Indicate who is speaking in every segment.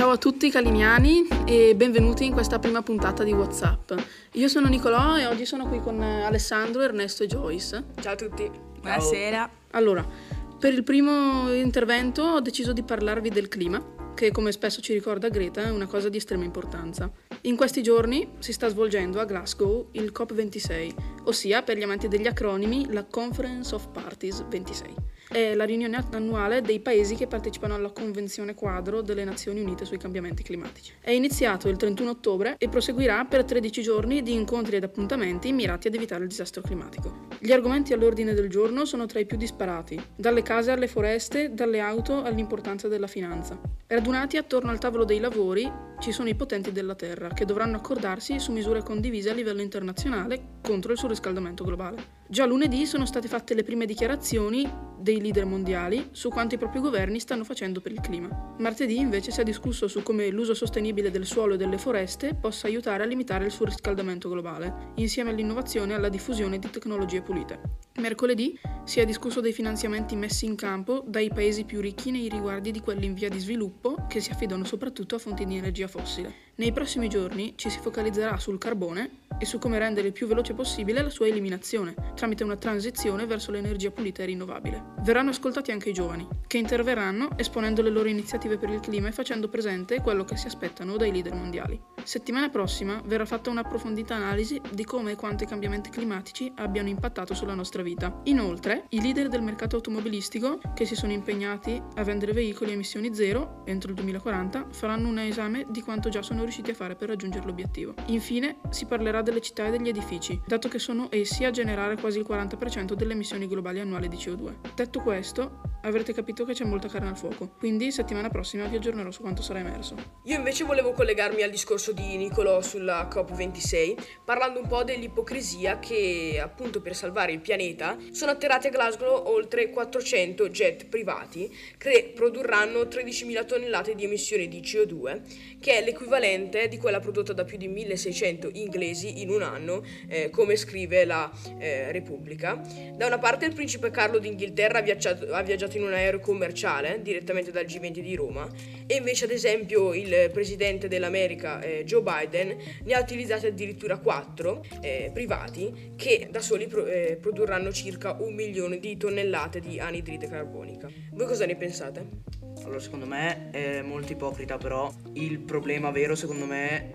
Speaker 1: Ciao a tutti caliniani e benvenuti in questa prima puntata di WhatsApp. Io sono Nicolò e oggi sono qui con Alessandro, Ernesto e Joyce.
Speaker 2: Ciao a tutti.
Speaker 3: Buonasera.
Speaker 1: Allora, per il primo intervento ho deciso di parlarvi del clima, che come spesso ci ricorda Greta è una cosa di estrema importanza. In questi giorni si sta svolgendo a Glasgow il COP26, ossia per gli amanti degli acronimi la Conference of Parties 26. È la riunione annuale dei paesi che partecipano alla Convenzione Quadro delle Nazioni Unite sui cambiamenti climatici. È iniziato il 31 ottobre e proseguirà per 13 giorni di incontri ed appuntamenti mirati ad evitare il disastro climatico. Gli argomenti all'ordine del giorno sono tra i più disparati, dalle case alle foreste, dalle auto all'importanza della finanza. Radunati attorno al tavolo dei lavori ci sono i potenti della Terra, che dovranno accordarsi su misure condivise a livello internazionale contro il surriscaldamento globale. Già lunedì sono state fatte le prime dichiarazioni dei leader mondiali su quanto i propri governi stanno facendo per il clima. Martedì invece si è discusso su come l'uso sostenibile del suolo e delle foreste possa aiutare a limitare il surriscaldamento globale, insieme all'innovazione e alla diffusione di tecnologie pulite. Mercoledì si è discusso dei finanziamenti messi in campo dai paesi più ricchi nei riguardi di quelli in via di sviluppo che si affidano soprattutto a fonti di energia fossile. Nei prossimi giorni ci si focalizzerà sul carbone e su come rendere il più veloce possibile la sua eliminazione, tramite una transizione verso l'energia pulita e rinnovabile. Verranno ascoltati anche i giovani, che interverranno esponendo le loro iniziative per il clima e facendo presente quello che si aspettano dai leader mondiali. Settimana prossima verrà fatta un'approfondita analisi di come e quanto i cambiamenti climatici abbiano impattato sulla nostra vita. Inoltre, i leader del mercato automobilistico, che si sono impegnati a vendere veicoli a emissioni zero entro il 2040, faranno un esame di quanto già sono riusciti a fare per raggiungere l'obiettivo. Infine, si parlerà delle città e degli edifici, dato che sono essi a generare quasi il 40% delle emissioni globali annuali di CO2. Detto questo, avrete capito che c'è molta carne al fuoco, quindi settimana prossima vi aggiornerò su quanto sarà emerso.
Speaker 2: Io invece volevo collegarmi al discorso di Nicolò sulla COP26, parlando un po' dell'ipocrisia che, appunto per salvare il pianeta, sono atterrati a Glasgow oltre 400 jet privati che produrranno 13.000 tonnellate di emissioni di CO2, che è l'equivalente di quella prodotta da più di 1.600 inglesi in un anno, come scrive la Repubblica. Da una parte il principe Carlo d'Inghilterra ha viaggiato in un aereo commerciale direttamente dal G20 di Roma, e invece ad esempio il presidente dell'America Joe Biden ne ha utilizzati addirittura 4 privati che da soli produrranno circa 1 milione di tonnellate di anidride carbonica. Voi cosa ne pensate?
Speaker 3: Allora, secondo me è molto ipocrita, però il problema vero, secondo me,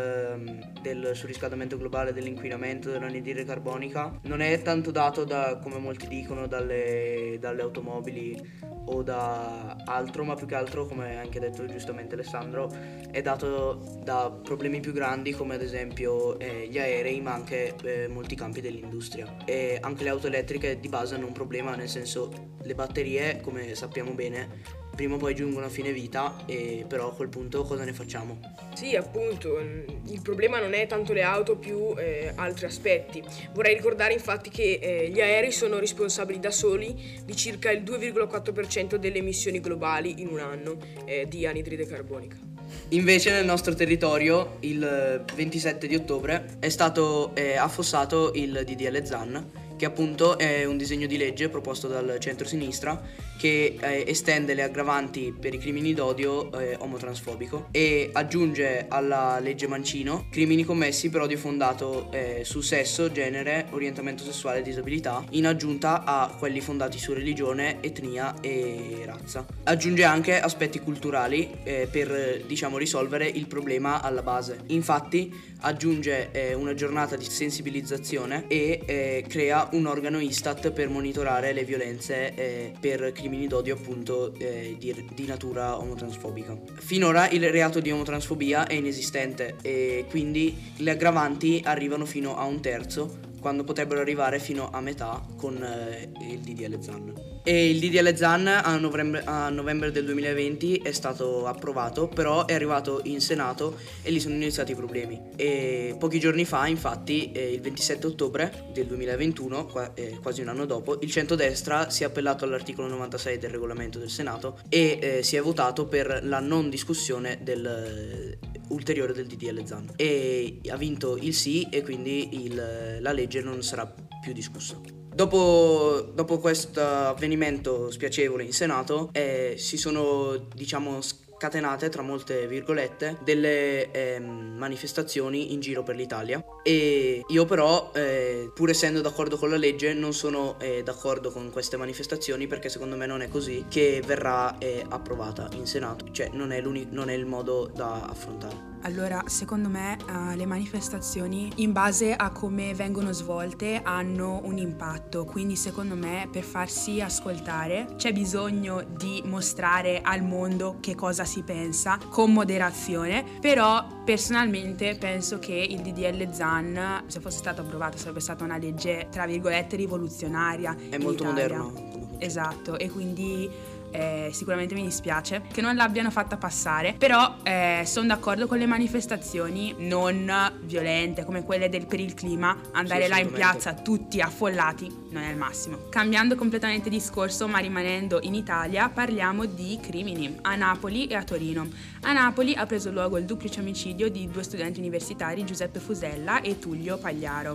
Speaker 3: del surriscaldamento globale, dell'inquinamento, dell'anidride carbonica non è tanto dato da, come molti dicono, dalle automobili o da altro, ma più che altro, come ha anche detto giustamente Alessandro, è dato da problemi più grandi come ad esempio gli aerei, ma anche molti campi dell'industria. E anche le auto elettriche di base hanno un problema, nel senso, le batterie, come sappiamo bene, prima o poi giungono a fine vita, e però a quel punto cosa ne facciamo?
Speaker 2: Sì, appunto, il problema non è tanto le auto, più altri aspetti. Vorrei ricordare infatti che gli aerei sono responsabili da soli di circa il 2,4% delle emissioni globali in un anno di anidride carbonica.
Speaker 3: Invece nel nostro territorio il 27 di ottobre è stato affossato il DDL ZAN, che appunto è un disegno di legge proposto dal centro-sinistra che estende le aggravanti per i crimini d'odio omotransfobico e aggiunge alla legge Mancino crimini commessi per odio fondato su sesso, genere, orientamento sessuale e disabilità, in aggiunta a quelli fondati su religione, etnia e razza. Aggiunge anche aspetti culturali per, risolvere il problema alla base. Infatti aggiunge una giornata di sensibilizzazione e crea un organo Istat per monitorare le violenze per crimini d'odio appunto di natura omotransfobica. Finora il reato di omotransfobia è inesistente e quindi le aggravanti arrivano fino a un terzo, quando potrebbero arrivare fino a metà con il DDL ZAN. E il DDL ZAN a novembre del 2020 è stato approvato, però è arrivato in Senato e lì sono iniziati i problemi. E pochi giorni fa, infatti, il 27 ottobre del 2021, quasi un anno dopo, il centrodestra si è appellato all'articolo 96 del regolamento del Senato e si è votato per la non discussione ulteriore del DDL ZAN, e ha vinto il sì, e quindi la legge non sarà più discussa. Dopo questo avvenimento spiacevole in Senato si sono scatenate, tra molte virgolette, delle manifestazioni in giro per l'Italia. E io però, pur essendo d'accordo con la legge, non sono d'accordo con queste manifestazioni, perché secondo me non è così che verrà approvata in Senato, cioè non è il modo da affrontare.
Speaker 4: Allora, secondo me le manifestazioni, in base a come vengono svolte, hanno un impatto, quindi secondo me per farsi ascoltare c'è bisogno di mostrare al mondo che cosa si pensa, con moderazione, però personalmente penso che il DDL Zan, se fosse stato approvato, sarebbe stata una legge tra virgolette rivoluzionaria.
Speaker 3: È molto moderno.
Speaker 4: Esatto, e quindi sicuramente mi dispiace che non l'abbiano fatta passare, però sono d'accordo con le manifestazioni non violente come quelle per il clima. Andare là in piazza tutti affollati non è il massimo. Cambiando completamente discorso, ma rimanendo in Italia, parliamo di crimini a Napoli e a Torino. A Napoli ha preso luogo il duplice omicidio di 2 studenti universitari, Giuseppe Fusella e Tullio Pagliaro.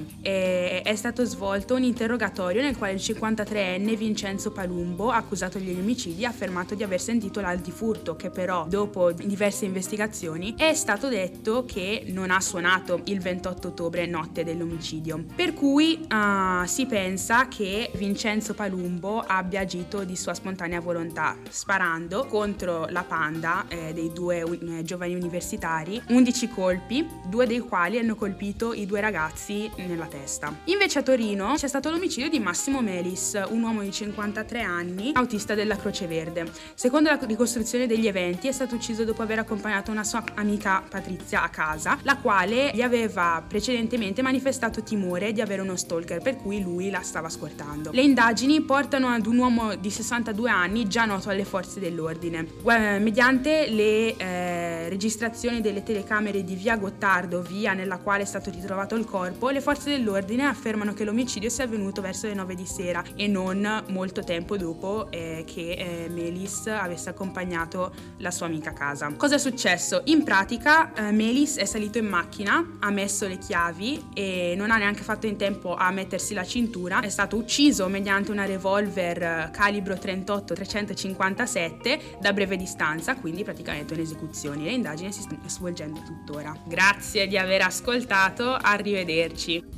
Speaker 4: È stato svolto un interrogatorio nel quale il 53enne Vincenzo Palumbo, accusato degli omicidi, ha affermato di aver sentito l'altifurto, che però dopo diverse investigazioni è stato detto che non ha suonato il 28 ottobre, notte dell'omicidio, per cui si pensa che Vincenzo Palumbo abbia agito di sua spontanea volontà, sparando contro la Panda dei 2 giovani universitari 11 colpi, 2 dei quali hanno colpito i 2 ragazzi nella testa. Invece a Torino c'è stato l'omicidio di Massimo Melis, un uomo di 53 anni, autista della Croce Verde. Secondo la ricostruzione degli eventi, è stato ucciso dopo aver accompagnato una sua amica Patrizia a casa, la quale gli aveva precedentemente manifestato timore di avere uno stalker, per cui lui la stava scortando. Le indagini portano ad un uomo di 62 anni già noto alle forze dell'ordine. Mediante le registrazioni delle telecamere di via Gottardo, via nella quale è stato ritrovato il corpo, le forze dell'ordine affermano che l'omicidio sia avvenuto verso le 9 di sera e non molto tempo dopo che Melis avesse accompagnato la sua amica a casa. Cosa è successo? In pratica Melis è salito in macchina, ha messo le chiavi e non ha neanche fatto in tempo a mettersi la cintura. È stato ucciso mediante una revolver calibro 38-357 da breve distanza, quindi praticamente un'esecuzione. Le indagini si stanno svolgendo tuttora. Grazie di aver ascoltato, arrivederci.